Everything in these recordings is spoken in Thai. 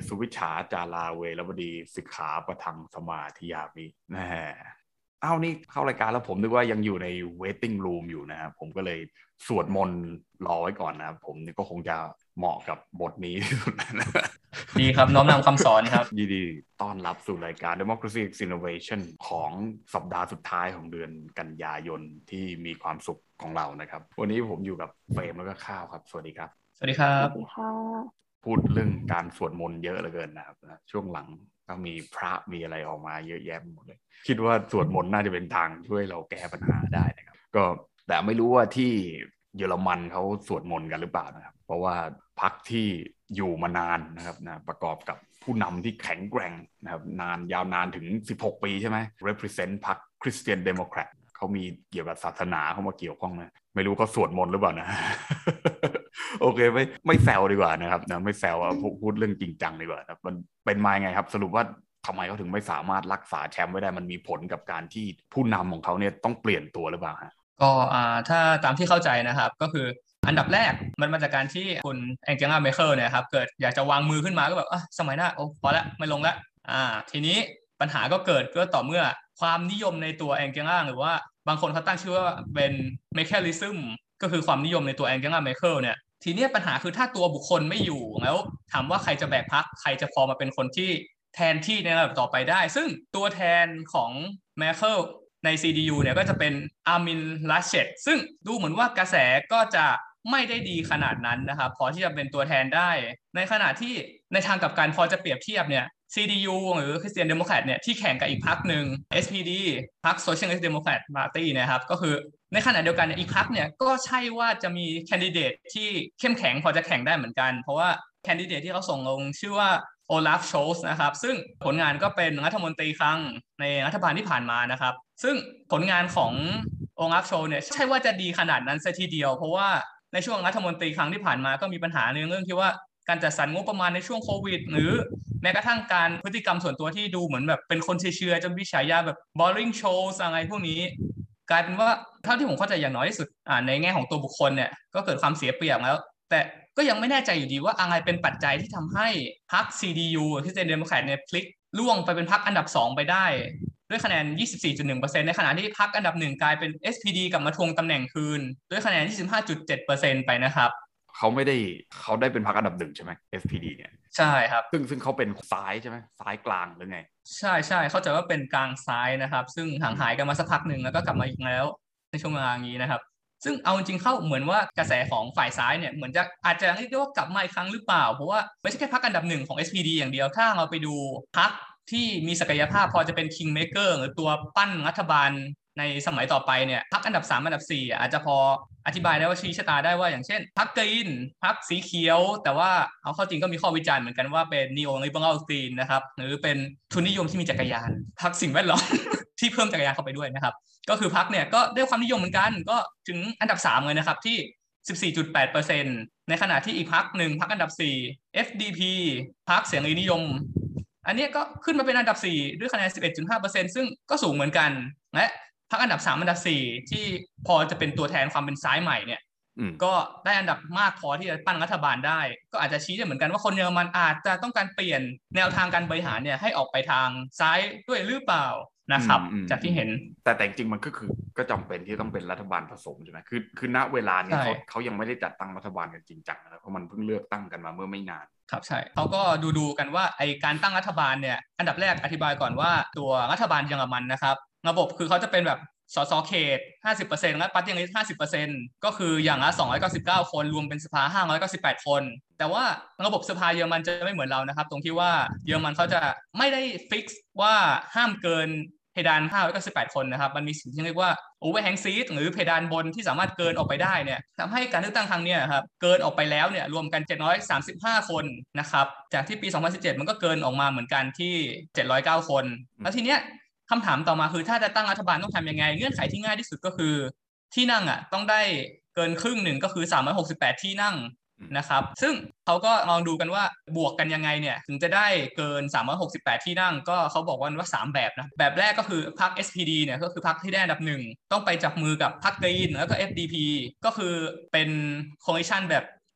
สุวิชชาจาราเวรบดีสิกขาปะทังสมาธิยามิแน่นี่เข้ารายการแล้วผมนึกว่ายังอยู่ใน waiting room อยู่นะครับผมก็เลยสวดมนต์รอไว้ก่อนนะครับผมนี่ก็คงจะเหมาะกับบทนี้ที่สุดนะดีครับน้อมนำคำสอนครับยินดีต้อนรับสู่รายการ Democracy X Innovation ของสัปดาห์สุดท้ายของเดือนกันยายนที่มีความสุขของเรานะครับวันนี้ผมอยู่กับเฟรมแล้วก็ข้าวครับสวัสดีครับสวัสดีครับพูดเรื่องการสวดมนต์เยอะเหลือเกินนะครับช่วงหลังก็มีพระมีอะไรออกมาเยอะแยะหมดเลยคิดว่าสวดมนต์น่าจะเป็นทางช่วยเราแก้ปัญหาได้นะครับก็แต่ไม่รู้ว่าที่เยอรมันเขาสวดมนต์กันหรือเปล่านะครับเพราะว่าพรรคที่อยู่มานานนะครับนะประกอบกับผู้นำที่แข็งแกร่งนะครับยาวนานถึง16 ปีใช่ไหม represent พรรค Christian Democrat เขามีเกี่ยวกับศาสนาเข้ามาเกี่ยวข้องนะไม่รู้เขาสวดมนต์หรือเปล่านะ โอเคไม่แซวดีกว่านะครับนะไม่แซวพูดเรื่องจริงจังดีกว่านะมันเป็นมาไงครับสรุปว่าทำไมเขาถึงไม่สามารถรักษาแชมป์ไว้ได้มันมีผลกับการที่ผู้นำของเขาเนี่ยต้องเปลี่ยนตัวหรือเปล่าฮะก็ถ้าตามที่เข้าใจนะครับก็คืออันดับแรกมันมาจากการที่คุณแองเจล่าเมเคิลเนี่ยครับเกิดอยากจะวางมือขึ้นมาก็แบบสมัยหน้าโอ้พอละไม่ลงละทีนี้ปัญหาก็เกิดก็ต่อเมื่อความนิยมในตัวแองเจล่าหรือว่าบางคนเขาตั้งชื่อว่าเป็นเมคเคลิซึมก็คือความนิยมในตัวแองเจล่าเมเคิลเนี่ยทีนี้ปัญหาคือถ้าตัวบุคคลไม่อยู่แล้วถามว่าใครจะแบกพรรคใครจะพอมาเป็นคนที่แทนที่ในระดับต่อไปได้ซึ่งตัวแทนของเมเคิลใน CDU เนี่ยก็จะเป็นอาร์มิน ลาเชตซึ่งดูเหมือนว่ากระแสก็จะไม่ได้ดีขนาดนั้นนะครับพอที่จะเป็นตัวแทนได้ในขณะที่ในทางกลับกันพอจะเปรียบเทียบเนี่ย CDU หรือ Christian Democrat เนี่ยที่แข่งกับอีกพรรคหนึ่ง SPD พรรค Socialist Democrat Party นะครับก็คือในขณะเดียวกันเนี่ยอีกพรรคเนี่ยก็ใช่ว่าจะมีแคนดิเดตที่เข้มแข็งพอจะแข่งได้เหมือนกันเพราะว่าแคนดิเดตที่เขาส่งลงชื่อว่าโอลาฟ โชลส์นะครับซึ่งผลงานก็เป็นรัฐมนตรีคลังในรัฐบาลที่ผ่านมานะครับซึ่งผลงานของโอลาฟ โชลส์เนี่ยใช่ว่าจะดีขนาดนั้นซะทีเดียวเพราะว่าในช่วงรัฐมนตรีคลังที่ผ่านมาก็มีปัญหาในเรื่องที่ว่าการจัดสรรงบประมาณในช่วงโควิดหรือแม้กระทั่งการพฤติกรรมส่วนตัวที่ดูเหมือนแบบเป็นคนเชื่อจนวิฉายาแบบ boring shows อะไรพวกนี้กลายเป็นว่าเท่าที่ผมเข้าใจอย่างน้อยที่สุดในแง่ของตัวบุคคลเนี่ยก็เกิดความเสียเปรียบแล้วแต่ก็ยังไม่แน่ใจอยู่ดีว่าอะไรเป็นปัจจัยที่ทำให้พรรค CDU ที่เป็นเดโมแครตเนี่ยพลิกล่วงไปเป็นพรรคอันดับ2ไปได้ด้วยคะแนน 24.1% ในขณะที่พรรคอันดับ1กลายเป็น SPD กลับมาทวงตำแหน่งคืนด้วยคะแนน 25.7% ไปนะครับเขาได้เป็นพรรคอันดับ1ใช่ไหม SPD เนี่ยใช่ครับซึ่งเขาเป็นซ้ายใช่ไหมซ้ายกลางหรือไงใช่เข้าใจว่าเป็นกลางซ้ายนะครับซึ่งห่างหายกันมาสักพักหนึ่งแล้วก็กลับมาอีกแล้วในช่วงเวลานี้นะครับซึ่งเอาจริงเข้าเหมือนว่ากระแสของฝ่ายซ้ายเนี่ยเหมือนจะอาจจะเรียกได้ว่ากลับมาอีกครั้งหรือเปล่าเพราะว่าไม่ใช่แค่พรรคอันดับ1ของ SPD อย่างเดียวถ้าเราไปดูพรรคที่มีศักยภาพพอจะเป็น Kingmaker หรือตัวปั้นรัฐบาลในสมัยต่อไปเนี่ยพรรคอันดับ3อันดับ4อาจจะพออธิบายได้ว่าชี้ชะตาได้ว่าอย่างเช่นพรรคกรีนพรรคสีเขียวแต่ว่าเอาเข้าจริงก็มีข้อวิจารณ์เหมือนกันว่าเป็น Neo Liberal Green นะครับหรือเป็นทุนนิยมที่มีจักรยานพรรคสิ่งแวดล้อม ที่เพิ่มจักรยานเข้าไปด้วยนะครับก็คือพรรคเนี่ยก็ได้ความนิยมเหมือนกันก็ถึงอันดับ3เลยนะครับที่ 14.8% ในขณะที่อีกพรรคหนึ่งพรรคอันดับ4 FDP พรรคเสรีนิยมอันนี้ก็ขึ้นมาเป็นอันดับ4ด้วยคะแนน 11.5% ซึ่งก็สูงเหมือนกันและพรรคอันดับ3อันดับ4ที่พอจะเป็นตัวแทนความเป็นซ้ายใหม่เนี่ยก็ได้อันดับมากพอที่จะปั้นรัฐบาลได้ก็อาจจะชี้ได้เหมือนกันว่าคนเยอรมันอาจจะต้องการเปลี่ยนแนวทางการบริหารเนี่ยให้ออกไปทางซ้ายด้วยหรือเปล่านะครับจากที่เห็นแต่จริงมันก็จำเป็นที่ต้องเป็นรัฐบาลผสมใช่ไหมคือณเวลานี้เขายังไม่ได้จัดตั้งรัฐบาลกันจริงจังนะเพราะมันเพิ่งเลือกตั้งกันมาเมื่อไม่นานครับใช่เขาก็ดูกันว่าไอการตั้งรัฐบาลเนี่ยอันดับแรกอธิบายก่อนว่าตัวรัฐบาลเยอรมันนะครับระบบคือเขาจะเป็นแบบสสเขต 50% และปาร์ตี้ลิสต์ 50% ก็คืออย่างละ299คนรวมเป็นสภา598คนแต่ว่าระบบสภาเยอรมันจะไม่เหมือนเรานะครับตรงที่ว่าเยอรมันเขาจะไม่ได้ฟิกซ์ว่าห้ามเกินเพดาน598คนนะครับมันมีสิ่งที่เรียกว่า overhang seat หรือเพดานบนที่สามารถเกินออกไปได้เนี่ยทำให้การเลือกตั้งครั้งนี้ครับเกินออกไปแล้วเนี่ยรวมกัน735คนนะครับจากที่ปี2017มันก็เกินออกมาเหมือนกันที่709คนแล้วทีเนี้ยคำถามต่อมาคือถ้าจะตั้งรัฐบาลต้องทำยังไงเงื่อนไขที่ง่ายที่สุดก็คือที่นั่งต้องได้เกินครึ่งหนึ่งก็คือ368ที่นั่งนะครับซึ่งเขาก็ลองดูกันว่าบวกกันยังไงเนี่ยถึงจะได้เกิน368ที่นั่งก็เขาบอกว่า3แบบนะแบบแรกก็คือพรรค SPD เนี่ยก็คือพรรคที่ได้อันดับ1ต้องไปจับมือกับพรรคกรีนแล้วก็ FDP ก็คือเป็น coalition แบบ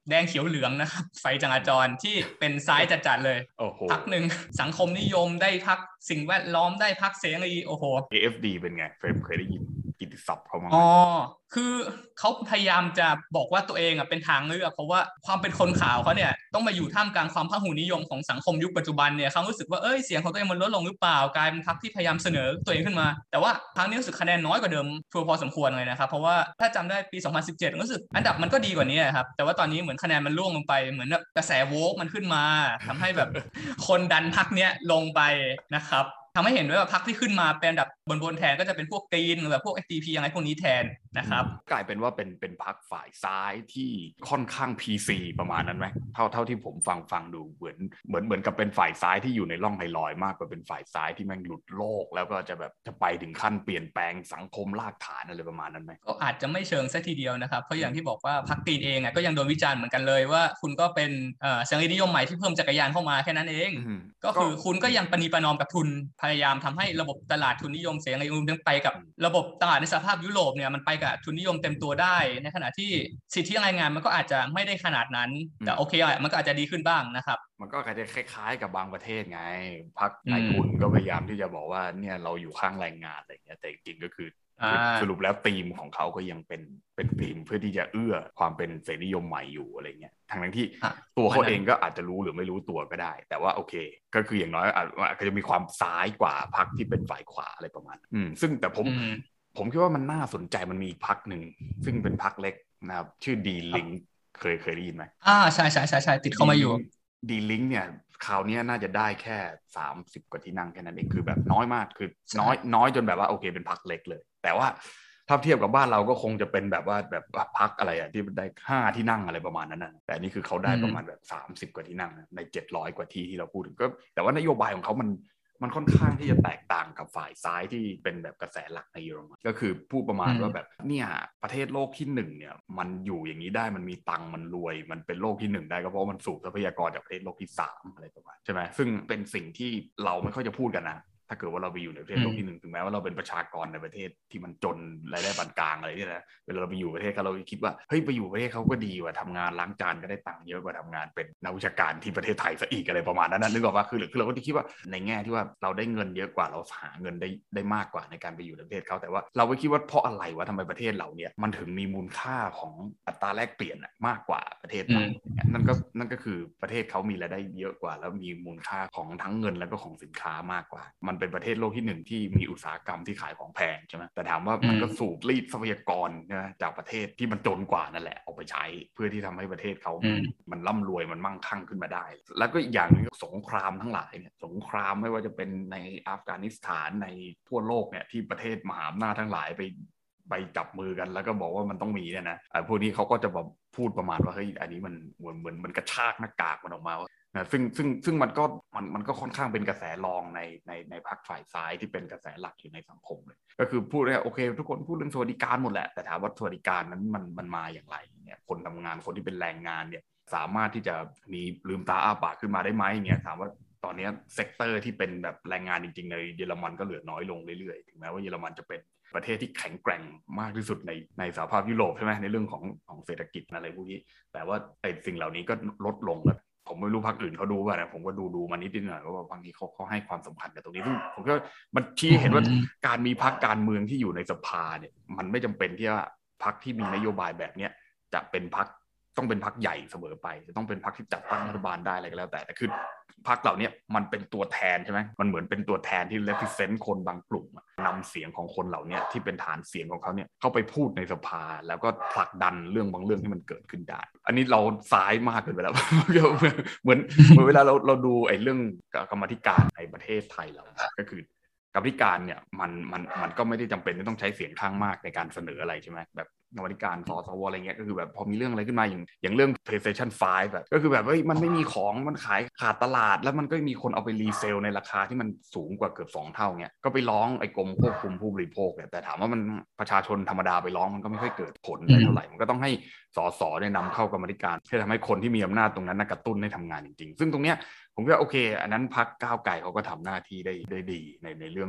แดงเขียวเหลืองนะครับไฟจราจรที่เป็นซ้ายจัดๆเลยพรรคหนึ่งสังคมนิยมได้พรรคสิ่งแวดล้อมได้พรรคเสรีโอ้โห AFD เป็นไงเฟรมเคยได้ยินกิตติศัพท์เขามั้งไหมคือเขาพยายามจะบอกว่าตัวเองเป็นทางเลือกเพราะว่าความเป็นคนขาวเขาเนี่ยต้องมาอยู่ท่ามกลางความพหุนิยมของสังคมยุคปัจจุบันเนี่ยเขารู้สึกว่าเสียงของตัวเองมันลดลงหรือเปล่ากลายเป็นพรรคที่พยายามเสนอตัวเองขึ้นมาแต่ว่าครั้งนี้รู้สึกคะแนนน้อยกว่าเดิมพอสมควรเลยนะครับเพราะว่าถ้าจำได้ปี2017รู้สึกอันดับมันก็ดีกว่านี้ครับแต่ว่าตอนนี้เหมือนคะแนนมันร่วงลงไปเหมือนกระแสโวกมันขึ้นมาทำให้แบบคนดันพรรคเนี้ยลงไปนะครับทำให้เห็นว่าพรรคที่ขึ้นมาเป็นอันดับบนแทนก็จะเป็นพวกกรีนหรือแบบพวก SDP อะไรพวกนี้แทนนะครับกลายเป็นว่าเป็นพรรคฝ่ายซ้ายที่ค่อนข้าง PC ประมาณนั้นไหมเท่าที่ผมฟังดูเหมือนกับเป็นฝ่ายซ้ายที่อยู่ในร่องไฮลอยมากกว่าเป็นฝ่ายซ้ายที่แม่งหลุดโลกแล้วก็จะแบบจะไปถึงขั้นเปลี่ยนแปลงสังคมรากฐานอะไรประมาณนั้นไหมก็อาจจะไม่เชิงซะทีเดียวนะครับเพราะอย่างที่บอกว่าพรรคกรีนเองก็ยังโดนวิจารณ์เหมือนกันเลยว่าคุณก็เป็นเสรีนิยมใหม่ที่เพิ่มจักรยานเข้ามาแค่นั้นเองก็คือคุณก็ยังประนีประนอมกับทุนพยายามทำให้ระบบตลาดทุนนิยมเสรีนิยมทั้งไปกับระบบตลาดในสหภาพยุโรปเนี่ยมันไปกับทุนนิยมเต็มตัวได้ในขณะที่สิทธิแรงงานมันก็อาจจะไม่ได้ขนาดนั้นแต่โอเคมันก็อาจจะดีขึ้นบ้างนะครับมันก็อาจจะคล้ายๆกับบางประเทศไงพรรคนายทุนก็พยายามที่จะบอกว่าเนี่ยเราอยู่ข้างแรงงานอะไรเงี้ยแต่จริงๆก็คือสรุปแล้วธีมของเขาก็ยังเป็นธีมเพื่อที่จะเอื้อความเป็นเสรีนิยมใหม่อยู่อะไรเงี้ยทั้งที่ตัวเขาเองก็อาจจะรู้หรือไม่รู้ตัวก็ได้แต่ว่าโอเคก็คืออย่างน้อยอาจจะมีความซ้ายกว่าพรรคที่เป็นฝ่ายขวาอะไรประมาณซึ่งแต่ผมคิดว่ามันน่าสนใจมันมีอีกพรรคหนึ่งซึ่งเป็นพรรคเล็กนะครับชื่อดีลิงเคยได้ยินไหมใช่ติดเข้ามาอยู่ดีลิงเนี่ยคราวนี้น่าจะได้แค่30 กว่าที่นั่งแค่นั้นเองคือแบบน้อยมากคือน้อยจนแบบว่าโอเคเป็นพรรคเล็กเลยแต่ว่าถ้าเทียบกับบ้านเราก็คงจะเป็นแบบว่าแบบพรรคอะไรที่ได้5 ที่นั่งอะไรประมาณนั้นนะแต่นี่คือเขาได้ประมาณแบบ30 กว่าที่นั่งใน700 กว่าที่เราพูดถึงก็แต่ว่านโยบายของเขามันค่อนข้างที่จะแตกต่างกับฝ่ายซ้ายที่เป็นแบบกระแสหลักในเยอรมันก็คือพูดประมาณว่าแบบเนี่ยประเทศโลกที่1เนี่ยมันอยู่อย่างนี้ได้มันมีตังค์มันรวยมันเป็นโลกที่1ได้ก็เพราะมันสูบทรัพยากรจากประเทศโลกที่3อะไรประมาณใช่ไหมซึ่งเป็นสิ่งที่เราไม่ค่อยจะพูดกันนะถ้าเกิดว่าเราไปอยู่ในประเทศโลกที่1ถึงแม้ว่าเราเป็นประชากรในประเทศที่มันจนรายได้ปานกลางอะไรนี่นะเวลาเราไปอยู่ประเทศเขาเราคิดว่าเฮ้ยไปอยู่ประเทศเขาก็ดีกว่าทำงานล้างจานก็ได้ตังค์เยอะกว่าทำงานเป็นนักวิชาการที่ประเทศไทยซะอีกอะไรประมาณนั้นนึกออกปะคือเราก็จะคิดว่าในแง่ที่ว่าเราได้เงินเยอะกว่าเราหาเงินได้มากกว่าในการไปอยู่ในประเทศเขาแต่ว่าเราไปคิดว่าเพราะอะไรวะทำไมประเทศเราเนี่ยมันถึงมีมูลค่าของอัตราแลกเปลี่ยนมากกว่าประเทศเรานั่นก็คือประเทศเขามีรายได้เยอะกว่าแล้วมีมูลค่าของทั้งเงินแล้วก็ของสินค้ามากกว่ามันเป็นประเทศโลกที่1ที่มีอุตสาหกรรมที่ขายของแพงใช่ไหมแต่ถามว่ามันก็สูบรีดทรัพยากรนะจากประเทศที่มันจนกว่านั่นแหละเอาไปใช้เพื่อที่ทำให้ประเทศเขามันร่ำรวยมันมั่งคั่งขึ้นมาได้แล้วก็อีกอย่างนึงสงครามทั้งหลายเนี่ยสงครามไม่ว่าจะเป็นในอัฟกานิสถานในทั่วโลกเนี่ยที่ประเทศมหาอำนาจทั้งหลายไปจับมือกันแล้วก็บอกว่ามันต้องมีเนี่ยนะพวกนี้เขาก็จะแบบพูดประมาณว่าเฮ้ยอันนี้มันเหมือนมันกระชากหน้ากากมันออกมานะซึ่งมันก็ค่อนข้างเป็นกระแสรองในพรรคฝ่ายซ้ายที่เป็นกระแสหลักอยู่ในสังคมเลยก็คือพูดว่าโอเคทุกคนพูดเรื่องสวัสดิการหมดแหละแต่ถามว่าสวัสดิการนั้นมันมาอย่างไรเนี่ยคนทำงานคนที่เป็นแรงงานเนี่ยสามารถที่จะมีลืมตาอ้าปากขึ้นมาได้ไหมเนี่ยถามว่าตอนนี้เซกเตอร์ที่เป็นแบบแรงงานจริงๆในเยอรมันก็เหลือน้อยลงเรื่อยๆถึงแม้ว่าเยอรมันจะเป็นประเทศที่แข็งแกร่งมากที่สุดในสหภาพยุโรปใช่ไหมในเรื่องของเศรษฐกิจอะไรพวกนี้แต่ว่าไอ้สิ่งเหล่านี้ก็ลดลงแล้วผมไม่รู้พรรคอื่นเขาดูป่ะนะผมก็ดูมานิดหน่อยว่าบางทีเขาให้ความสำคัญกับตรงนี้ซึ่งผมก็มันชี้เห็นว่าการมีพรรคการเมืองที่อยู่ในสภาเนี่ยมันไม่จำเป็นที่ว่าพรรคที่มีนโยบายแบบเนี้ยจะเป็นพรรคต้องเป็นพรรคใหญ่เสมอไปจะต้องเป็นพรรคที่จัดตั้งรัฐบาลได้อะไรก็แล้วแต่คือพรรคเหล่านี้มันเป็นตัวแทนใช่ไหมมันเหมือนเป็นตัวแทนที่ represent คนบางกลุ่มนำเสียงของคนเหล่านี้ที่เป็นฐานเสียงของเขาเนี่ยเข้าไปพูดในสภาแล้วก็ผลักดันเรื่องบางเรื่องที่มันเกิดขึ้นได้อันนี้เราซ้ายมากเกินไปแล้ว เหมือนเวลาเราดูไอ้เรื่องกรรมาธิการในประเทศไทยเราก็คือกรรมาธิการเนี่ยมันก็ไม่ได้จำเป็นที่ต้องใช้เสียงข้างมากในการเสนออะไรใช่ไหมแบบกรรมาธิการสวอะไรเงี้ยก็คือแบบพอมีเรื่องอะไรขึ้นมาอย่างเรื่อง PlayStation 5แบบก็คือแบบเฮ้ยมันไม่มีของมันขาดตลาดแล้วมันก็มีคนเอาไปรีเซลในราคาที่มันสูงกว่าเกือบ2 เท่าเงี้ยก็ไปร้องไอ้กรมควบคุมผู้บริโภคเนี่ยแต่ถามว่ามันประชาชนธรรมดาไปร้องมันก็ไม่ค่อยเกิดผลอะไรเท่าไหร่มันก็ต้องให้สสเนี่ยนำเข้ากรรมาธิการเพื่อทำให้คนที่มีอำนาจตรงนั้นกระตุ้นให้ทำงานจริงๆซึ่งตรงเนี้ยผมว่าโอเคอันนั้นพรรคก้าวไกลเขาก็ทำหน้าที่ได้ดีในเรื่อง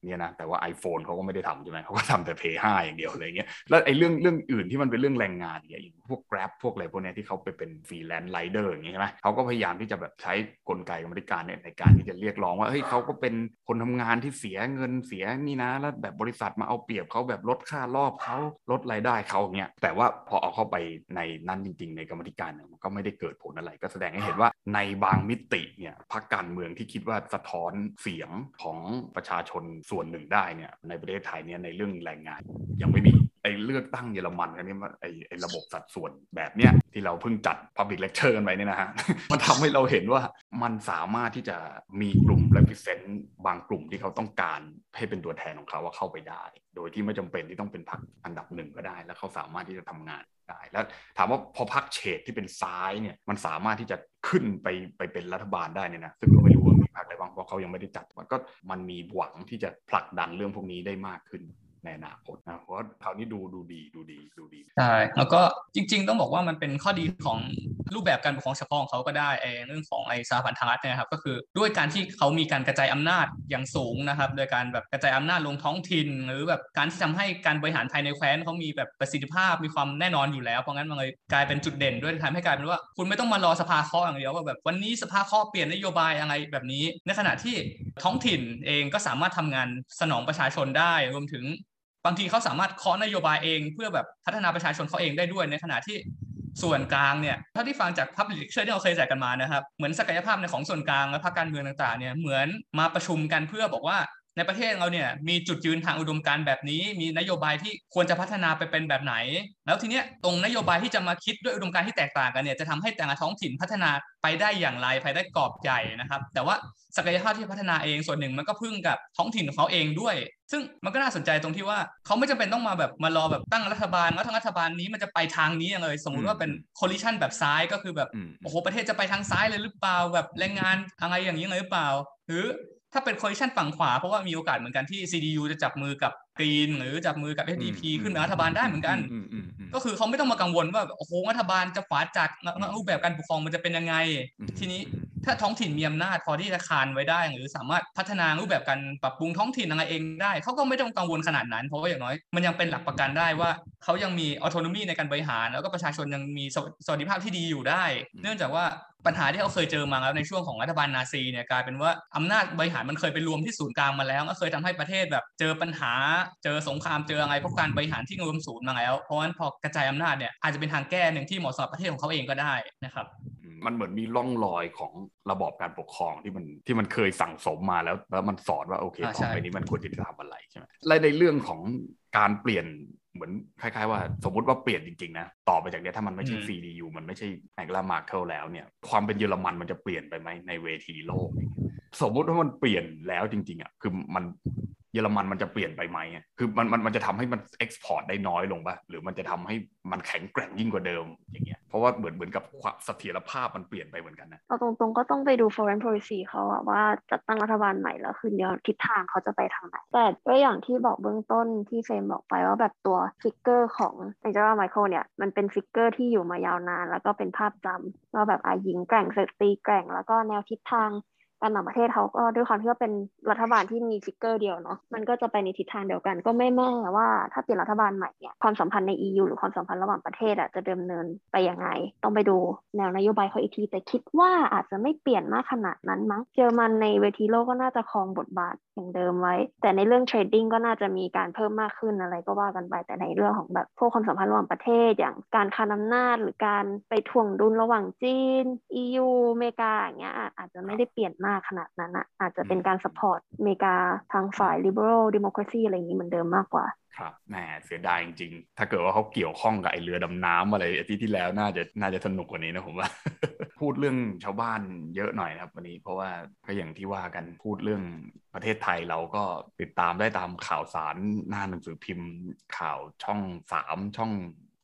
เนี่ยนะแต่ว่า iPhone เขาก็ไม่ได้ทำใช่ไหมเขาก็ทำแต่ Play 5อย่างเดียวอะไรเงี้ยแล้วไอ้เรื่องอื่นที่มันเป็นเรื่องแรงงานอย่างพวก Grab พวกอะไรพวกนี้ที่เขาไปเป็นฟรีแลนซ์ไรเดอร์อย่างเงี้ยใช่ไหมเขาก็พยายามที่จะแบบใช้กลไกกรรมการเนี่ยในการที่จะเรียกร้องว่าเฮ้ยเขาก็เป็นคนทำงานที่เสียเงินเสียนี่นะแล้วแบบบริษัทมาเอาเปรียบเขาแบบลดค่ารอบเขาลดรายได้เขาเงี้ยแต่ว่าพอเอาเข้าไปในนั้นจริงๆในกรรมการเนี่ยมันก็ไม่ได้เกิดผลอะไรก็แสดงให้เห็นว่าในบางมิติเนี่ยพรรคการเมืองที่คิดว่าสะท้อนเสียงของประชาชนส่วนหนึ่งได้เนี่ยในประเทศไทยเนี่ยในเรื่องแรงงานยังไม่มีไอ้เลือกตั้งเยอรมันกันนี่ไอ้ระบบสัดส่วนแบบเนี้ยที่เราเพิ่งจัด public lecture กันไปเนี่ยนะฮะ มันทำให้เราเห็นว่ามันสามารถที่จะมีกลุ่ม represent บางกลุ่มที่เขาต้องการให้เป็นตัวแทนของเขาว่าเข้าไปได้โดยที่ไม่จำเป็นที่ต้องเป็นพรรคอันดับหนึ่งก็ได้แล้วเขาสามารถที่จะทำงานได้แล้วถามว่าพอพรรคเฉดที่เป็นซ้ายเนี่ยมันสามารถที่จะขึ้นไปเป็นรัฐบาลได้เนี่ยนะซึ่งก็ไม่รู้ว่ามีพรรคอะไรบ้างเพราะเขายังไม่ได้จัดมันมีหวังที่จะผลักดันเรื่องพวกนี้ได้มากขึ้นในอนาคตนะเพราะคราวนี้ดูดีใช่แล้วก็จริงๆต้องบอกว่ามันเป็นข้อดีของรูปแบบการปกครองเฉพาะของเขาก็ได้เรื่องของสหพันธรัฐเนี่ยครับก็คือด้วยการที่เขามีการกระจายอำนาจอย่างสูงนะครับโดยการแบบกระจายอำนาจลงท้องถิ่นหรือแบบการที่ทำให้การบริหารภายในแคว้นเขามีแบบประสิทธิภาพมีความแน่นอนอยู่แล้วเพราะงั้นมันเลยกลายเป็นจุดเด่นด้วยทำให้กลายเป็นว่าคุณไม่ต้องมารอสภาเคาะอย่างเดียวว่าแบบวันนี้สภาเคาะเปลี่ยนนโยบายอะไรแบบนี้ในขณะที่ท้องถิ่นเองก็สามารถทำงานสนองประชาชนได้รวมถึงบางทีเขาสามารถเคาะนโยบายเองเพื่อแบบพัฒนาประชาชนเขาเองได้ด้วยในขณะที่ส่วนกลางเนี่ยเท่าที่ฟังจาก Public Lecture ที่เราเคยแจกกันมานะครับเหมือนศักยภาพในของส่วนกลางและพรรคการเมืองต่างๆเนี่ยเหมือนมาประชุมกันเพื่อบอกว่าในประเทศเราเนี่ยมีจุดยืนทางอุดมการณ์แบบนี้มีนโยบายที่ควรจะพัฒนาไปเป็นแบบไหนแล้วทีเนี้ยตรงนโยบายที่จะมาคิดด้วยอุดมการณ์ที่แตกต่างกันเนี่ยจะทำให้แต่ละท้องถิ่นพัฒนาไปได้อย่างไรภายใต้กรอบใหญ่นะครับแต่ว่าศักยภาพที่พัฒนาเองส่วนหนึ่งมันก็พึ่งกับท้องถิ่นของเขาเองด้วยซึ่งมันก็น่าสนใจตรงที่ว่าเขาไม่จำเป็นต้องมาแบบมารอแบบตั้งรัฐบาลแล้วทางรัฐบาลนี้มันจะไปทางนี้เลยสมมุติว่าเป็น coalition แบบซ้ายก็คือแบบโอ้โหประเทศจะไปทางซ้ายเลยหรือเปล่าแบบแรงงานอะไรอย่างนี้เลยหรือเปล่าหรือถ้าเป็น coalition ฝั่งขวาเพราะว่ามีโอกาสเหมือนกันที่ CDU จะจับมือกับกรีนหรือจับมือกับ SDP ขึ้นเป็นรัฐบาลได้เหมือนกันก็คือเขาไม่ต้องมากังวลว่าโอ้โหรัฐบาลจะขวาจัดรูปแบบการปกครองมันจะเป็นยังไงทีนี้ถ้าท้องถิ่นมีอำนาจพอที่จะคานไว้ได้หรือสามารถพัฒนารูปแบบการปรับปรุงท้องถิ่นอะไรเองได้เขาก็ไม่ต้องกังวลขนาดนั้นเพราะว่าอย่างน้อยมันยังเป็นหลักประกันได้ว่าเขายังมีออโตโนมีในการบริหารแล้วก็ประชาชนยังมีสวัสดิภาพที่ดีอยู่ได้เนื่องจากว่าปัญหาที่เขาเคยเจอมาแล้วในช่วงของรัฐบาลนาซีเนี่ยกลายเป็นว่าอำนาจบริหารมันเคยไปรวมที่ศูนย์กลางมาแล้วก็เคยทำให้ประเทศแบบเจอปัญหาเจอสงครามเจออะไรเพราะการบริหารที่รวมศูนย์มาแล้วเพราะฉะนั้นพอกระจายอำนาจเนี่ยอาจจะเป็นทางแก้หนึ่งที่เหมาะสำหรับประเทศของเขาเองก็ได้นะครับมันเหมือนมีร่องรอยของระบอบการปกครองที่มันเคยสั่งสมมาแล้วมันสอนว่าโอเคต่อไปนี้มันควรจะทำอะไรใช่ไหมและในเรื่องของการเปลี่ยนเหมือนคล้ายๆว่าสมมุติว่าเปลี่ยนจริงๆนะต่อไปจากนี้ถ้ามันไม่ใช่ CDU มันไม่ใช่แองเกลา มาร์เคิลแล้วเนี่ยความเป็นเยอรมันมันจะเปลี่ยนไปไหมในเวทีโลกสมมุติว่ามันเปลี่ยนแล้วจริงๆอ่ะคือเยอรมันจะเปลี่ยนไปไหมคือมันจะทำให้มันเอ็กซ์พอร์ตได้น้อยลงป่ะหรือมันจะทำให้มันแข็งแกร่งยิ่งกว่าเดิมอย่างเงี้ยเพราะว่าเหมือนกับเสถียรภาพมันเปลี่ยนไปเหมือนกันนะเอาตรงๆก็ต้องไปดู foreign policy เขาอะว่าจัดตั้งรัฐบาลใหม่แล้วคือเดี๋ยวทิศทางเขาจะไปทางไหนแต่ก็อย่างที่บอกเบื้องต้นที่เฟรมบอกไปว่าแบบตัวฟิกเกอร์ของแองเจล่าไมเคิลเนี่ยมันเป็นฟิกเกอร์ที่อยู่มายาวนานแล้วก็เป็นภาพจำว่าแบบหญิงแกร่งสตรีแกร่งแล้วก็แนวทิศทางการต่างประเทศเขาก็ด้วยความที่ว่าเป็นรัฐบาลที่มีฟิกเกอร์เดียวเนาะมันก็จะไปในทิศทางเดียวกันก็ไม่แน่ว่าถ้าเปลี่ยนรัฐบาลใหม่เนี่ยความสัมพันธ์ใน EU หรือความสัมพันธ์ระหว่างประเทศจะดำเนินไปยังไงต้องไปดูแนวนโยบายเขาอีกทีแต่คิดว่าอาจจะไม่เปลี่ยนมากขนาดนั้นมั้งเยอรมันในเวทีโลกก็น่าจะครองบทบาทอย่างเดิมไว้แต่ในเรื่องเทรดดิ้งก็น่าจะมีการเพิ่มมากขึ้นอะไรก็ว่ากันไปแต่ในเรื่องของแบบพวกความสัมพันธ์ระหว่างประเทศอย่างการคานอำนาจหรือการไปถ่วงดุลระหว่างจีน EU อเมริกาอย่างเงี้ยอาจจะไม่ได้เปลี่ยนมากขนาดนั้นอาจจะเป็นการซัพพอร์ตอเมริกาทางฝ่าย liberal democracy อะไรอย่างนี้เหมือนเดิมมากกว่าครับแหมเสียดายจริงๆถ้าเกิดว่าเขาเกี่ยวข้องกับไอเรือดำน้ำอะไรอาทิตย์ที่แล้วน่าจะสนุกกว่านี้นะผมว่า พูดเรื่องชาวบ้านเยอะหน่อยครับวันนี้เพราะว่าก็อย่างที่ว่ากันพูดเรื่องประเทศไทยเราก็ติดตามได้ตามข่าวสารหน้าหนังสือพิมพ์ข่าวช่อง3ช่อง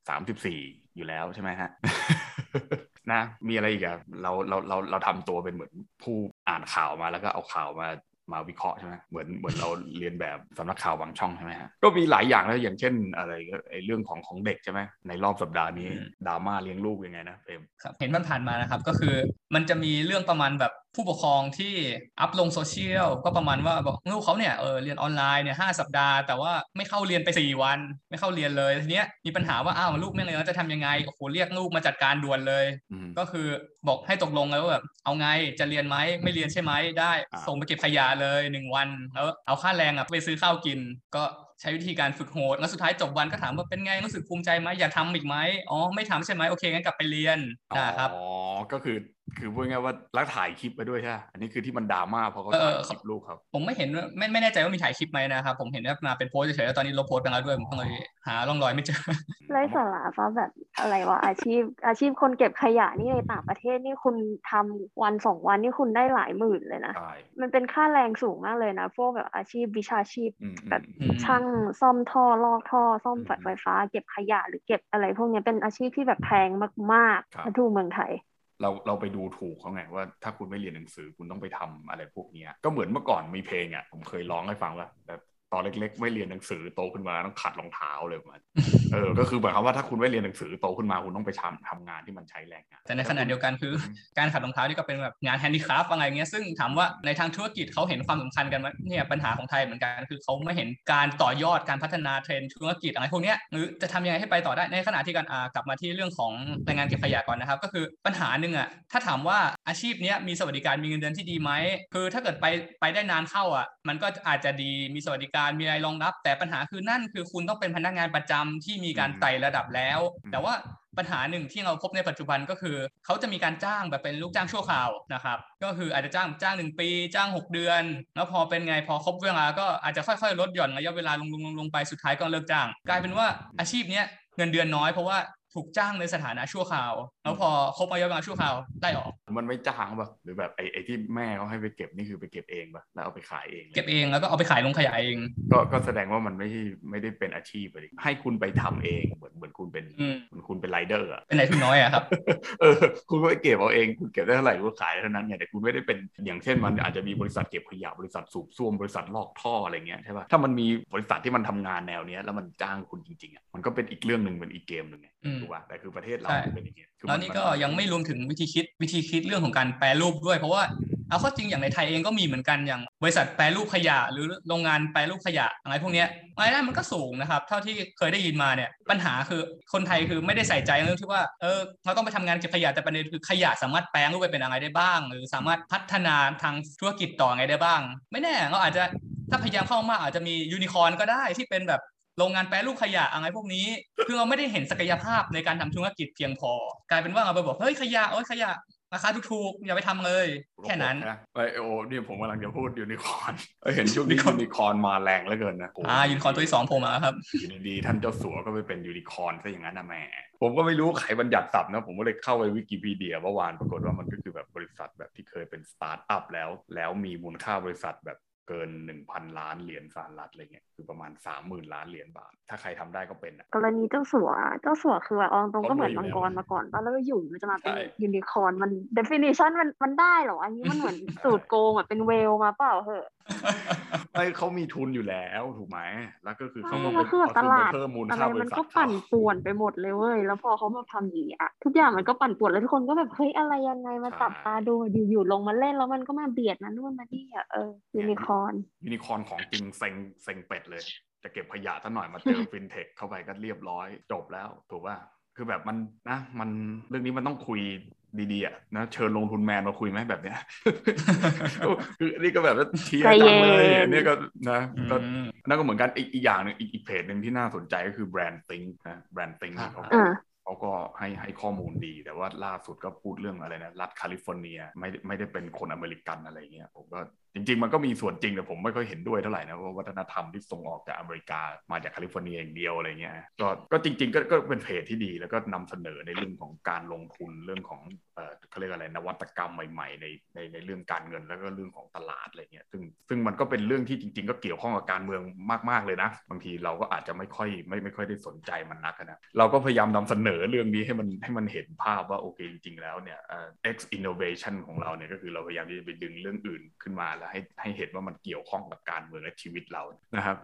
34อยู่แล้วใช่ไหมฮะ นะมีอะไรอีกอะเราทำตัวเป็นเหมือนผู้อ่านข่าวมาแล้วก็เอาข่าวมาวิเคราะห์ใช่ไหมเหมือนเราเรียนแบบสำนักข่าวบางช่องใช่ไหมฮะก็มีหลายอย่างแล้วอย่างเช่นอะไรไอ้เรื่องของเด็กใช่ไหมในรอบสัปดาห์นี้ดราม่าเลี้ยงลูกยังไงนะเฟรมครับเห็นมันผ่านมานะครับก็คือมันจะมีเรื่องประมาณแบบผู้ปกครองที่อัพลงโซเชียลก็ประมาณว่าบอกลูกเขาเนี่ยเรียนออนไลน์เนี่ย5 สัปดาห์แต่ว่าไม่เข้าเรียนไป4 วันไม่เข้าเรียนเลยทีเนี้ยมีปัญหาว่าอ้าวลูกไม่เรียนแล้วจะทำยังไงโอ้โหเรียกลูกมาจัดการด่วนเลยก็คือบอกให้ตกลงแล้วว่าแบบเอาไงจะเรียนไหมไม่เรียนใช่ไหมได้ส่งไปเก็บขยะเลย1 วันแล้วเอาค่าแรงไปซื้อข้าวกินก็ใช้วิธีการฝึกโหดแล้วสุดท้ายจบวันก็ถามว่าเป็นไงรู้สึกภูมิใจไหมอยากทำอีกไหมอ๋อไม่ทำใช่ไหมโอเคงั้นกลับไปเรียนนะครับอ๋อก็คือพูดง่ายว่าแล้วถ่ายคลิปไปด้วยใช่ไหมอันนี้คือที่มันดราม่าเพราะเขาถ่ายคลิปลูกครับผมไม่เห็นไม่แน่ใจว่ามีถ่ายคลิปไหมนะครับผมเห็นว่ามาเป็นโพสเฉยๆแล้วตอนนี้ลบโพสไปแล้วด้วยผมก็เลยหาร่องรอยไม่เจอไร้สาระฟ้าแบบอะไรวะอาชีพคนเก็บขยะนี่ในต่างประเทศนี่คุณทำวัน2 วันนี่คุณได้หลายหมื่นเลยนะมันเป็นค่าแรงสูงมากเลยนะพวกแบบอาชีพวิชาชีพแบบช่างซ่อมท่อลอกท่อซ่อมไฟฟ้าเก็บขยะหรือเก็บอะไรพวกนี้เป็นอาชีพที่แบบแพงมากๆมาดูเมืองไทยเราไปดูถูกเขาไงว่าถ้าคุณไม่เรียนหนังสือคุณต้องไปทำอะไรพวกนี้ก็เหมือนเมื่อก่อนมีเพลงผมเคยร้องให้ฟังว่าแบบตอนเล็กๆไม่เรียนหนังสือโตขึ้นมาต้องขัดรองเท้าเลยมันก็คือหมายความว่าถ้าคุณไม่เรียนหนังสือโตขึ้นมาคุณต้องไปทำงานที่มันใช้แรงงานแต่ในขณะเดียวกันคือการขัดรองเท้านี่ก็เป็นแบบงานแฮนดี้คราฟอะไรเงี้ยซึ่งถามว่าในทางธุรกิจเขาเห็นความสำคัญกันไหมเนี่ยปัญหาของไทยเหมือนกันคือเขาไม่เห็นการต่อยอดการพัฒนาเทรนด์ธุรกิจอะไรพวกนี้หรือจะทำยังไงให้ไปต่อได้ในขณะที่การกลับมาที่เรื่องของแรงงานเก็บขยะก่อนนะครับก็คือปัญหาหนึ่งถ้าถามว่าอาชีพนี้มีสวัสดิการมีเงินเดือนที่ดีไหมคือถ้าเกิดไปได้นานเข้ามันก็อาจจะดีมีสวัสดิการมีอะไรรองรับแต่ปัญหาคือนั่นคือคุณต้องเป็นพนักงานประจำที่มีการไต่ระดับแล้วแต่ว่าปัญหาหนึ่งที่เราพบในปัจจุบันก็คือเขาจะมีการจ้างแบบเป็นลูกจ้างชั่วคราวนะครับก็คืออาจจะจ้าง1 ปีจ้าง6 เดือนแล้วพอเป็นไงพอครบเวลาก็อาจจะค่อยๆลดหย่อนระยะเวลาลงไปสุดท้ายก็เลิกจ้างกลายเป็นว่าอาชีพนี้เงินเดือนน้อยเพราะว่าถูกจ้างในสถานะชั่วคราวแล้วพอครบระยะเวลาชั่วคราวได้ออกมันไม่จ้างป่ะหรือแบบไอ้ที่แม่เขาให้ไปเก็บนี่คือไปเก็บเองป่ะแล้วเอาไปขายเองเก็บเองแล้วก็เอาไปขายลงขยะเองก็แสดงว่ามันไม่ได้เป็นอาชีพเลยให้คุณไปทำเองเหมือนคุณเป็นคุณเป็นไรเดอร์เป็นนายทุนน้อยครับคุณก็ไปเก็บเอาเองคุณเก็บได้เท่าไหร่คุณขายเท่านั้นไงแต่คุณไม่ได้เป็นอย่างเช่นมันอาจจะมีบริษัทเก็บขยะบริษัทสูบซ่วมบริษัทลอกท่ออะไรเงี้ยใช่ป่ะถ้ามันมีบริษัทที่มันทำงานแนวเนี้ยแล้วมันจ้างคุณจริงๆมันก็เป็นอีกเรื่องนึงเป็นอีกเกมนึงไงถูกป่ะแต่คือประเทศเราเป็นอย่างเงี้ยแล้วนี่ก็ยังไม่รวมถึงวิธีคิดเรื่องของการแปรรูปด้วยเพราะว่าเอาข้อจริงอย่างในไทยเองก็มีเหมือนกันอย่างบริษัทแปรรูปขยะหรือโรงงานแปรรูปขยะอะไรพวกนี้รายได้มันก็สูงนะครับเท่าที่เคยได้ยินมาเนี่ยปัญหาคือคนไทยคือไม่ได้ใส่ใจเรื่องที่ว่าเราต้องไปทำงานเก็บขยะแต่ประเด็นคือขยะสามารถแปลงรูปไปเป็นอะไรได้บ้างหรือสามารถพัฒนาทางธุรกิจต่อไงได้บ้างไม่แน่เราอาจจะถ้าพยายามเข้ามากอาจจะมียูนิคอร์นก็ได้ที่เป็นแบบโรงงานแปรรูปขยะอะไรพวกนี้คือเราไม่ได้เห็นศักยภาพในการทำธุรกิจเพียงพอกลายเป็นว่าเราไปบอกเฮ้ยขยะขยะราคาถูกๆอย่าไปทำเลยแค่นั้นเนี่ยผมกำลังจะพูดยูนิคอร์นเห็นช่วงนี้ยูนิคอร์นมาแรงเหลือเกินนะยูนิคอร์นตัวที่2ผมครับอยู่ดีๆท่านเจ้าสัวก็ไปเป็นยูนิคอร์นซะอย่างนั้นนะแม่ผมก็ไม่รู้ใครบัญญัติศัพท์นะผมก็เลยเข้าไปวิกิพีเดียเมื่อวานปรากฏว่ามันก็คือแบบบริษัทแบบที่เคยเป็นสตาร์ทอัพแล้วมีมูลค่าบริษัทแบบเกิน 1,000 ล้านเหรียญสหรัฐอะไรเงี้ยคือประมาณ 30,000 ล้านเหรียญบาทถ้าใครทำได้ก็เป็นกรณีเจ้าสัวคือว่าตรงก็เหมือนมังกรมาก่อนแล้วอยู่มันจะมาเป็นยูนิคอร์นมัน definition มันได้หรออันนี้มันเหมือนสูตรโกงเป็นเวลมาเปล่าเหอะเขามีทุนอยู่แล้วถูกไหมแล้วก็คือเขาก็คือตลาดเพิ่มมูลค่าบริษัทมันก็ปั่นป่วนไปหมดเลยเว้ยแล้วพอเขามาทำอย่างนี้ทุกอย่างมันก็ปั่นป่วนแล้วทุกคนก็แบบเฮ้ยอะไรยังไงมาจับตาดูอยู่ลงมาเล่นแล้วมันก็มาเบียดมันนู่นมานี่ยูนิคอร์นของจริงเซ็งเป็ดเลยจะเก็บขยะซะหน่อยมาเจอฟินเทคเข้าไปก็เรียบร้อยจบแล้วถูกป่ะคือแบบมันนะมันเรื่องนี้มันต้องคุยดีๆนะเชิญลงทุนแมนมาคุยไหมแบบเนี้ยคือนี่ก็แบบเชียร์จังเลยนี่ก็นะนั่นก็เหมือนกันอีกอย่างนึงอีกเพจนึงที่น่าสนใจก็คือแบรนด์ติ้งนะแบรนด์ติ้งเขาก็ให้ข้อมูลดีแต่ว่าล่าสุดก็พูดเรื่องอะไรนะรัฐแคลิฟอร์เนียไม่ได้เป็นคนอเมริกันอะไรเงี้ยผมก็จริงๆมันก็มีส่วนจริงแต่ผมไม่ค่อยเห็นด้วยเท่าไหร่นะว่าวัฒนธรรมที่ส่งออกจากอเมริกามาจากแคลิฟอร์เนียอย่างเดียวอะไรเงี้ยก็จริงๆก็เป็นเพจที่ดีแล้วก็นำเสนอในเรื่องของการลงทุนเรื่องของเขาเรียกอะไรนวัตกรรมใหม่ๆในเรื่องการเงินแล้วก็เรื่องของตลาดอะไรเงี้ยซึ่งมันก็เป็นเรื่องที่จริงๆก็เกี่ยวข้องกับการเมืองมากๆเลยนะบางทีเราก็อาจจะไม่ค่อยได้สนใจมันนักนะเราก็พยายามนำเสนอเรื่องนี้ให้มันเห็นภาพว่าโอเคจริงๆแล้วเนี่ยX innovation ของเราเนี่ยก็คือเราพยายามที่จะไปดึงเรื่องอื่นขึ้นมาแล้วให้เห็นว่ามันเกี่ยวข้องกับการเมืองและชีวิตเรานะครับ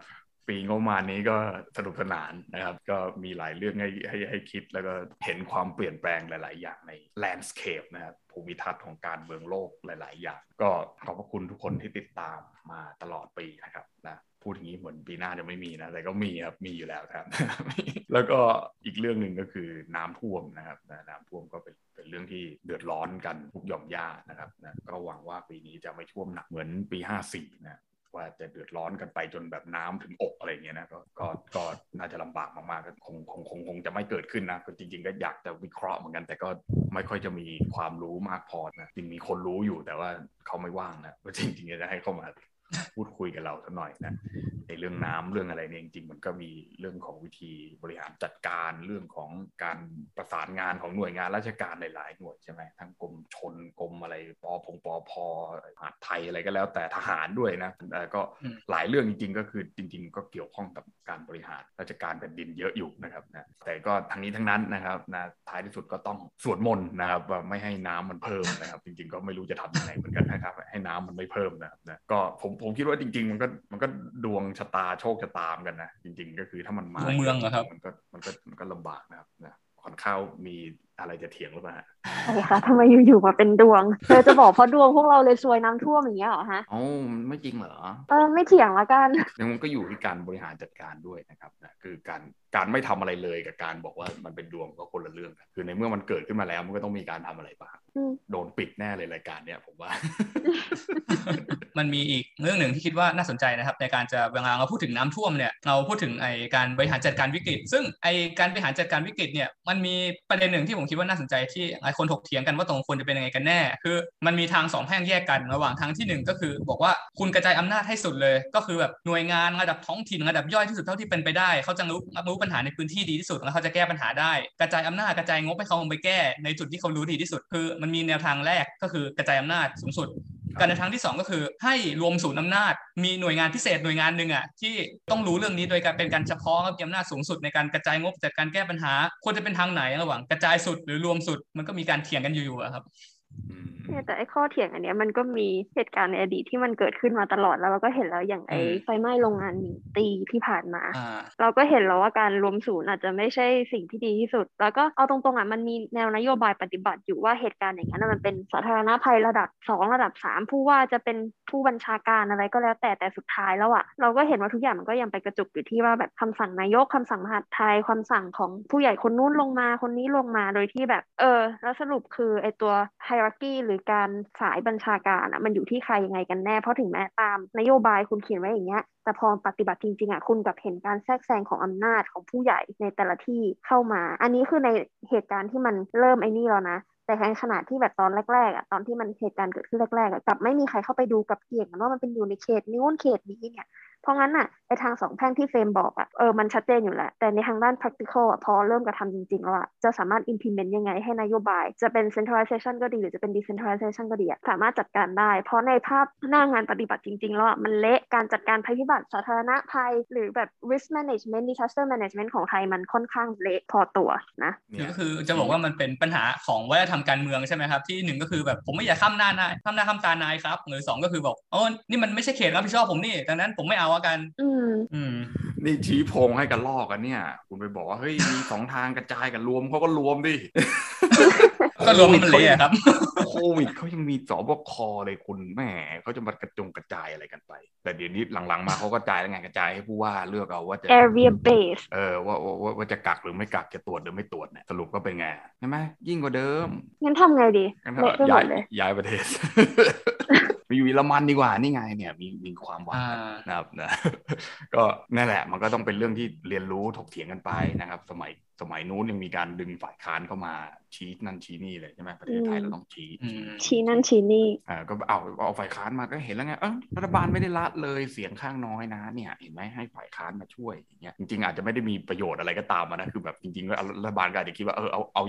ปีงบประมาณนี้ก็สนุกสนานนะครับก็มีหลายเรื่องให้คิดแล้วก็เห็นความเปลี่ยนแปลงหลายๆอย่างในแลนด์สเคปนะครับภูมิทัศน์ของการเมืองโลกหลายๆอย่างก็ขอบพระคุณทุกคนที่ติดตามมาตลอดปีนะครับนะพูดอย่างนี้เหมือนปีหน้าจะไม่มีนะแต่ก็มีครับมีอยู่แล้วครับ แล้วก็อีกเรื่องหนึ่งก็คือน้ำท่วมนะครับน้ำท่วมก็เป็นเรื่องที่เดือดร้อนกันทุกหย่อมย่านะครับนะก็หวังว่าปีนี้จะไม่ท่วมหนักเหมือนปี54นะว่าจะเดือดร้อนกันไปจนแบบน้ำถึงอกอะไรเงี้ยนะก็น่าจะลำบากมากๆก็คงจะไม่เกิดขึ้นนะจริงๆก็อยากจะวิเคราะห์เหมือนกันแต่ก็ไม่ค่อยจะมีความรู้มากพอนะจริงมีคนรู้อยู่แต่ว่าเขาไม่ว่างนะจริงๆจะให้เข้ามาพูดคุยกับเราสักหน่อยนะในเรื่องน้ำเรื่องอะไรเนี่ยจริงๆมันก็มีเรื่องของวิธีบริหารจัดการเรื่องของการประสานงานของหน่วยงานราชการหลายๆหน่วยใช่ไหมทั้งกรมชลกรมอะไรปพมหาดไทยอะไรก็แล้วแต่ทหารด้วยนะก็หลายเรื่องจริงๆก็คือจริงๆก็เกี่ยวข้องกับการบริหารราชการแผ่นดินเยอะอยู่นะครับนะแต่ก็ทั้งนี้ทั้งนั้นนะครับนะท้ายที่สุดก็ต้องสวดมนต์นะครับว่าไม่ให้น้ำมันเพิ่มนะครับจริงๆก็ไม่รู้จะทำยังไงเหมือนกันนะครับให้น้ำมันไม่เพิ่มนะครับนะก็ผมคิดว่าจริงๆมันก็ดวงชะตาโชคชะตามกันนะจริงๆก็คือถ้ามันมาเมืองเหรอครับมันก็ลำบากนะครับนะขอนข้าวมีอะไรจะเถียงหรือเปล่าใช่ค่ะทำไมอยู่ๆมาเป็นดวงเธอจะบอกเพราะดวงพวกเราเลยซวยน้ำท่วมอย่างเงี้ยเหรอฮะอ๋อไม่จริงเหรอไม่เถียงละกันมันก็อยู่ที่การบริหารจัดการด้วยนะครับนะคือการไม่ทำอะไรเลยกับการบอกว่ามันเป็นดวงก็คนละเรื่องกันคือในเมื่อมันเกิดขึ้นมาแล้วมันก็ต้องมีการทำอะไรบ้างโดนปิดแน่เลยรายการเนี้ยผมว่ามันมีอีกเรื่องหนึ่งที่คิดว่าน่าสนใจนะครับในการจะเวลาเราพูดถึงน้ำท่วมเนี่ยเราพูดถึงการบริหารจัดการวิกฤตซึ่งการบริหารจัดการวิกฤตเนี่ยมันมีประเด็นหนึ่งที่ผมคิดว่าน่าสนใจที่หลายคนถกเถียงกันว่าตรงควรจะเป็นยังไงกันแน่คือมันมีทางสองแพร่งแยกกันระหว่างทางที่หนึ่งก็คือบอกว่าคุณกระจายอำนาจให้สุดเลยก็คือแบบหน่วยงานระดับท้องถิ่นระดับย่อยที่สุดเท่าที่เป็นไปได้เขาจะรู้ปัญหาในพื้นที่ดีที่สุดแล้วเขาจะแก้ปัญหาได้กระจายอำนาจกระจายงบให้เขาลงไปแก้ในจุดที่เขารู้ดีที่สุดคือมันมีแนวทางแรกก็คือกระจายอำนาจสูงสุดการในทางที่2ก็คือให้รวมศูนย์อำนาจมีหน่วยงานพิเศษหน่วยงานหนึ่งอ่ะที่ต้องรู้เรื่องนี้โดยการเป็นการเฉพาะมีอำนาจสูงสุดในการกระจายงบจัดการแก้ปัญหาควรจะเป็นทางไหนระหว่างกระจายสุดหรือรวมสุดมันก็มีการเถียงกันอยู่ๆครับเนี่ยแต่ไอ้ข้อเถียงอันเนี้ยมันก็มีเหตุการณ์ในอดีตที่มันเกิดขึ้นมาตลอดแล้วเราก็เห็นแล้วอย่างไอ้ไฟไหม้โรงงานหมิงตีที่ผ่านมาเราก็เห็นแล้วว่าการรวมศูนย์อาจจะไม่ใช่สิ่งที่ดีที่สุดแล้วก็เอาตรงๆอ่ะมันมีแนวนโยบายปฏิบัติอยู่ว่าเหตุการณ์อย่างนั้นมันเป็นสาธารณภัยระดับ2ระดับ3ผู้ว่าจะเป็นผู้บัญชาการอะไรก็แล้วแต่สุดท้ายแล้วอ่ะเราก็เห็นว่าทุกอย่างมันก็ยังไปกระจุกอยู่ที่ว่าแบบคำสั่งนายกคำสั่งมหาดไทยคำสั่งของผู้ใหญ่คนนู้นลงมาคนนี้ลงมาโดยที่แบบแล้วสรุปคือไอ้ตัวไฮรักีหรือการสายบัญชาการอ่ะมันอยู่ที่ใครยังไงกันแน่เพราะถึงแม้ตามนโยบายคุณเขียนไว้อย่างเงี้ยแต่พอปฏิบัติจริงๆอ่ะคุณกับเห็นการแทรกแซงของอำนาจของผู้ใหญ่ในแต่ละที่เข้ามาอันนี้คือในเหตุการณ์ที่มันเริ่มไอ้นี่แล้วนะแต่ในขณะที่แบบตอนแรกๆอ่ะตอนที่มันเหตุการณ์เกิดขึ้นแรกๆอ่ะกลับไม่มีใครเข้าไปดูกับเกี่ยงกันว่ามันเป็นอยู่ในเขตนู้นเขตนี้เนี่ยเพราะงั้นอ่ะไอ้ทางสองแพร่งที่เฟรมบอกอ่ะมันชัดเจนอยู่แล้วแต่ในทางด้าน practical อ่ะพอเริ่มกระทำจริงๆแล้วอ่ะจะสามารถ implement ยังไงให้นโยบายจะเป็น centralization ก็ดีหรือจะเป็น decentralization ก็ดีอ่ะสามารถจัดการได้เพราะในภาพหน้างานปฏิบัติจริงๆแล้วอ่ะมันเละการจัดการภัยพิบัติสาธารณภัยหรือแบบ risk management disaster management ของไทยมันค่อนข้างเละพอตัวนะนี่ก็คือจะบอกว่ามันเป็นปัญหาของวัฒนธรรมการเมืองใช่ไหมครับที่1ก็คือแบบผมไม่อยากข้ามหน้านายข้ามตานายครับหรือ2ก็คือบอกนี่มันไม่ใช่เขตรับผิดชอบผมนี่ดังนั้นผมไม่เอากันนี่ชี้โพงให้กันลอกกันเนี่ยคุณไปบอกว่าเฮ้ยมี2ทางกระจายกันรวมเขาก็รวมดิก็รวมมันเลยครับโควิดเขายังมีสบคเลยคุณแม่เขาจะมากระจายอะไรกันไปแต่เดี๋ยวนี้หลังๆมาเขากระจายแล้วไงกระจายให้ผู้ว่าเลือกเอาว่าจะ area base ว่าจะกักหรือไม่กักจะตรวจหรือไม่ตรวจเนี่ยสรุปก็เป็นไงใช่ไหมยิ่งกว่าเดิมงั้นทำไงดีย้ายประเทศมีเยอรมันดีกว่านี่ไงเนี่ยมีความหวังนะครับนะก็นั่นแหละมันก็ต้องเป็นเรื่องที่เรียนรู้ถกเถียงกันไปนะครับสมัยนู้นยังมีการดึงฝ่ายค้านเข้ามาชี้นั่นชี้นี่เลยใช่ไหมประเทศไทยเราต้องชี้นั่นชี้นี่ก็เอาฝ่ายค้านมาก็เห็นแล้วไงรัฐบาลไม่ได้ละเลยเสียงข้างน้อยนะเนี่ยเห็นไหมให้ฝ่ายค้านมาช่วยอย่างเงี้ยจริงๆอาจจะไม่ได้มีประโยชน์อะไรก็ตามนะคือแบบจริงๆก็รัฐบาลก็อาจจะคิดว่าเอาอย่าง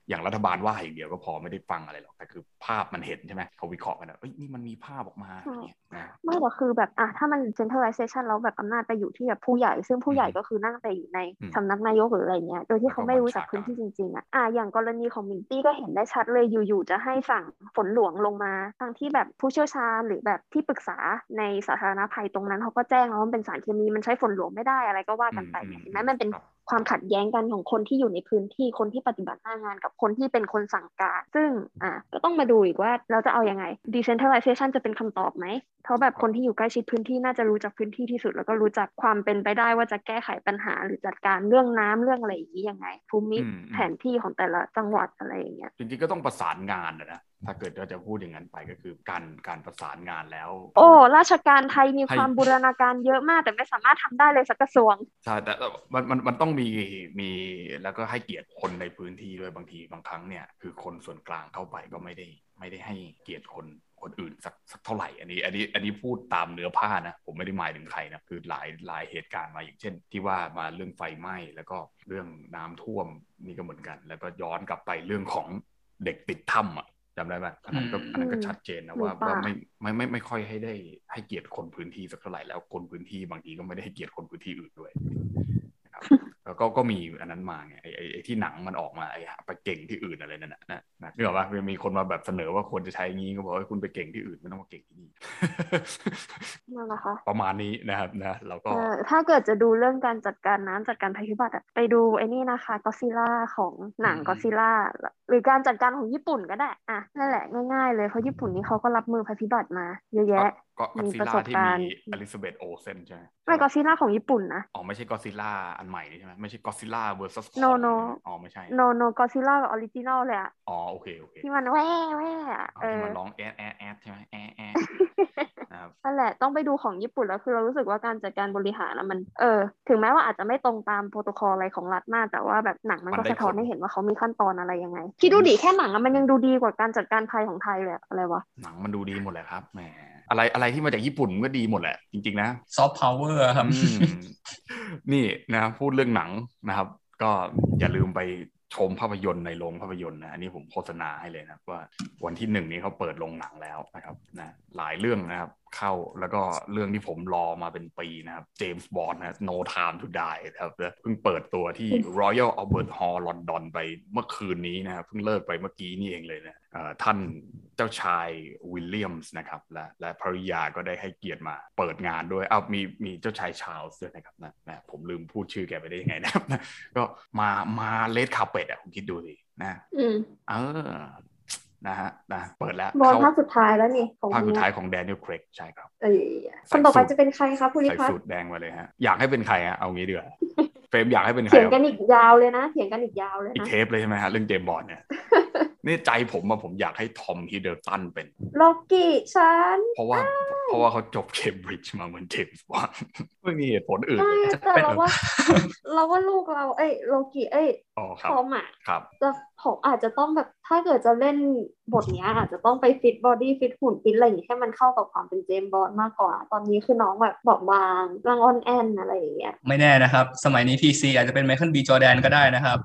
อย่างรัฐบาลว่าอย่างเดียวก็พอไม่ได้ฟังอะไรหรอกแต่คือภาพมันเห็นใช่ไหมเขาวิเคราะห์กันเอ้ยนี่มันมีภาพออกมาอย่างเงี้ยนะไม่หรอกคือแบบถ้ามัน centralization แล้วแบบอำนาจไปอยู่ที่แบบผู้ใหญ่ซึ่งผู้ใหญ่ก็คือนั่งแต่อยู่ในสำนักนายกหรืออะไรเงี้ยโดยที่เขาไม่รู้จักพื้นที่จริงๆอย่างกรณีของมินตี้ก็เห็นได้ชัดเลยอยู่ๆจะให้สั่งฝนหลวงลงมาทั้งที่แบบผู้เชี่ยวชาญหรือแบบที่ปรึกษาในสาธารณภัยตรงนั้นเขาก็แจ้งแล้วว่ามันเป็นสารเคมีมันใช้ฝนหลวงไม่ได้อะไรก็ว่ากันไปเนี่ยเห็นไหมมันเป็นความขัดแย้งกันของคนที่อยู่ในพื้นที่คนที่ปฏิบัติหน้างานกับคนที่เป็นคนสั่งการซึ่งก็ต้องมาดูอีกว่าเราจะเอายังไง decentralization จะเป็นคำตอบไหมเพราะแบบคนที่อยู่ใกล้ชิดพื้นที่น่าจะรู้จักพื้นที่ที่สุดแล้วก็รู้จักความเป็นไปได้ว่าจะแก้ไขปัญหาหรือจัดการเรื่องน้ำเรื่องอะไรอย่างนี้ยังไงภูมิแผนที่ของแต่ละจังหวัดอะไรอย่างเงี้ยจริงๆก็ต้องประสานงานนะถ้าเกิดเราจะพูดอย่างนั้นไปก็คือการประสานงานแล้วโอ้ราชการไทยมีความบูรณาการเยอะมากแต่ไม่สามารถทำได้เลยสักกระทรวงใช่แต่มันต้องมีแล้วก็ให้เกียรติคนในพื้นที่ด้วยบางทีบางครั้งเนี่ยคือคนส่วนกลางเข้าไปก็ไม่ได้ให้เกียรติคนอื่นสักเท่าไหร่อันนี้พูดตามเนื้อผ้านะผมไม่ได้หมายถึงใครนะคือหลายเหตุการณ์มาอย่างเช่นที่ว่ามาเรื่องไฟไหม้แล้วก็เรื่องน้ำท่วมนี่ก็เหมือนกันแล้วก็ย้อนกลับไปเรื่องของเด็กติดถ้ำจำได้ไหมอันนั้นก็ชัดเจนนะว่าไม่ค่อยให้เกียรติคนพื้นที่สักเท่าไหร่แล้วคนพื้นที่บางทีก็ไม่ได้ให้เกียรติคนพื้นที่อื่นด้วยนะครับแล้วก็มีอันนั้นมาไงไอ้ที่หนังมันออกมาไปเก่งที่อื่นอะไรนั่นนะนึกออกป่ะมีคนมาแบบเสนอว่าควรจะใช้งี้ก็บอกว่าคุณไปเก่งที่อื่นไม่ต้องมาเก่งที่นี่นั่นแหละค่ะประมาณนี้นะครับนะแล้วก็ถ้าเกิดจะดูเรื่องการจัดการน้ำจัดการภัยพิบัติไปดูไอ้นี่นะคะก็ซิล่าของหนังก็ซิล่าหรือการจัดการของญี่ปุ่นก็ได้นั่นแหละง่ายๆเลยเพราะญี่ปุ่นนี้เขาก็รับมือภัยพิบัติมาเยอะแยะก็มีซิประล่าสบที่การมีณ์อลิซาเบธโอเซนใช่ไหมไม่ก็ซิล่าของญี่ปุ่นนะไม่ใช่ก็ซิล่าอันใหม่นี่ใช่ไหมไม่ใช่ก็ซิล่าเวอร์ซัสคอง no ไม่ใช่ no ก็ซิล่าแบบออริจินอลเลยโอเคที่มันแว่ที่มันร้องแอดใช่ไหมนะครับนั่นแหละต้องไปดูของญี่ปุ่นแล้วคือเรารู้สึกว่าการจัดการบริหารมันถึงแม้ว่าอาจจะไม่ตรงตามโปรโตคอลอะไรของรัฐมากแต่ว่าแบบหนังมันก็สะท้อนให้เห็นว่าเขามีขั้นตอนอะไรยังไงคิดดูดิแค่หนังมันยังดูดีกว่าการจัดการภัยของไทยเลยอะไรวะหนังมันดูดีหมดแหละครับแหมอะไรที่มาจากญี่ปุ่นก็ดีหมดแหละจริงๆนะซอฟต์พาวเวอร์ครับนี่นะพูดเรื่องหนังนะครับก็อย่าลืมไปชมภาพยนตร์ในโรงภาพยนตร์นะอันนี้ผมโฆษณาให้เลยนะว่าวันที่1นี้เขาเปิดโรงหนังแล้วนะครับนะหลายเรื่องนะครับเข้าแล้วก็เรื่องที่ผมรอมาเป็นปีนะครับเจมส์บอนด์นะ No Time to Die นะครับเพิ่งเปิดตัวที่ Royal Albert Hall ลอนดอนไปเมื่อคืนนี้นะครับเพิ่งเลิกไปเมื่อกี้นี่เองเลยนะท่านเจ้าชายวิลเลียมส์นะครับและภริยาก็ได้ให้เกียรติมาเปิดงานด้วยมีเจ้าชายชาร์ลส์ด้วยนะครับนะผมลืมพูดชื่อแกไปได้ยังไงนะครับนะก็มาเลดคาร์เปตผมคิดดูสินะนะฮะเปิดแล้วบอลภาคสุดท้ายแล้วนี่ภาคสุดท้ายของแดเนียล เครกใช่ครับคนต่อไปจะเป็นใครครับภูริพัฒน์ใส่สูทแดงมาเลยฮะอยากให้เป็นใครเอางี้ดีกว่าเฟรมอยากให้เป็นใครเถียงกันอีกยาวเลยนะอีกเทปเลยใช่ไหมฮะเรื่องเจมส์บอนด์เนี่ยนี่ใจผมอยากให้ทอมฮิดเดิลตันเป็นโลกิฉันเพราะว่าเขาจบเคมบริดจ์มาเหมือนเจมส์บอนด์ไม่มีเหตุผลอื่นแต่เราว่าลูกเราโลกิทอมจะผมอาจจะต้องแบบถ้าเกิดจะเล่นบทนี้อาจจะต้องไปฟิตบอดี้ฟิตหุ่นฟิตอะไรอย่างนี้ให้มันเข้ากับความเป็นเจมส์บอนด์มากกว่าตอนนี้คือน้องแบบบอกบางร่างอ่อนแอนอะไรอย่างเงี้ยไม่แน่นะครับสมัยนี้ PC อาจจะเป็นไมเคิลบีจอร์แดนก็ได้นะครับ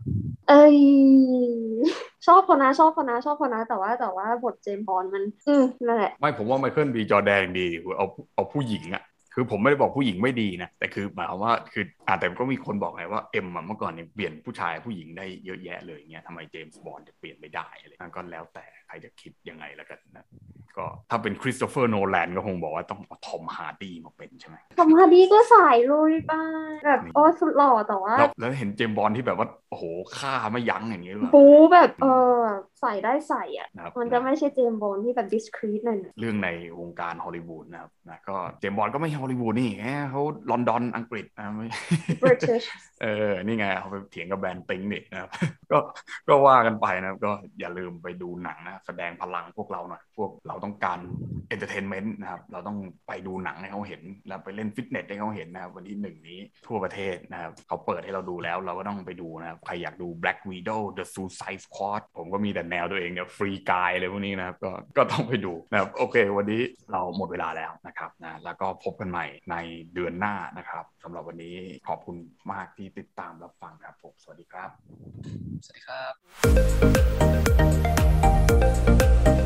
ชอบคนนะแต่ว่าบทเจมส์บอนด์มันนั่นแหละไม่ผมว่าไมเคิลบีจอร์แดนดีเอาผู้หญิงคือผมไม่ได้บอกผู้หญิงไม่ดีนะแต่คือหมายความว่าคือแต่ก็มีคนบอกไงว่าเอ็มเมื่อก่อนเนี่ยเปลี่ยนผู้ชายผู้หญิงได้เยอะแยะเลยเงี้ยทำไมเจมส์บอนด์จะเปลี่ยนไม่ได้อะไรนั่นก็แล้วแต่ใครจะคิดยังไงแล้วกันนะก็ถ้าเป็นคริสโตเฟอร์โนแลนก็คงบอกว่าต้องทอมฮาร์ดี้มาเป็นใช่ไหมทอมฮาร์ดี้ก็สายลุยไปแบบสุดหล่อแต่ว่าแล้วเห็นเจมส์บอนด์ที่แบบว่าโอ้โหฆ่าไม่ยั้งอย่างนี้หรอบูแบบใส่ได้ใส่มันจะไม่ใช่เจมส์บอนด์ที่แบบดิสครีทเลยเรื่องในวงการฮอลลีวูดนะครับนะก็เจมส์บอนด์ก็ไม่ใช่ฮอลลีวูดนี่เขาลอนดอนอังกฤษไม่ British นี่ไงเขาไปเถียงกับแบรนด์ติงนี่นะครับก็ว่ากันไปนะครับก็อย่าลืมไปดูหนังนะแสดงพลังพวกเราหน่อยพวกเราต้องการเอนเตอร์เทนเมนต์นะครับเราต้องไปดูหนังให้เขาเห็นแล้วไปเล่นฟิตเนสให้เขาเห็นนะครับวันที่1นี้ทั่วประเทศนะครับเขาเปิดให้เราดูแล้วเราก็ต้องไปดูนะครับใครอยากดู Black Widow The Suicide Squad ผมก็มีแต่แนวตัวเองเนี่ยฟรีกายเลยพวกนี้นะครับก็ต้องไปดูนะครับโอเควันนี้เราหมดเวลาแล้วนะครับนะแล้วก็พบกันใหม่ในเดือนหน้านะครับสำหรับวันนี้ขอบคุณมากที่ติดตามรับฟังครับผมสวัสดีครับสวัสดีครับ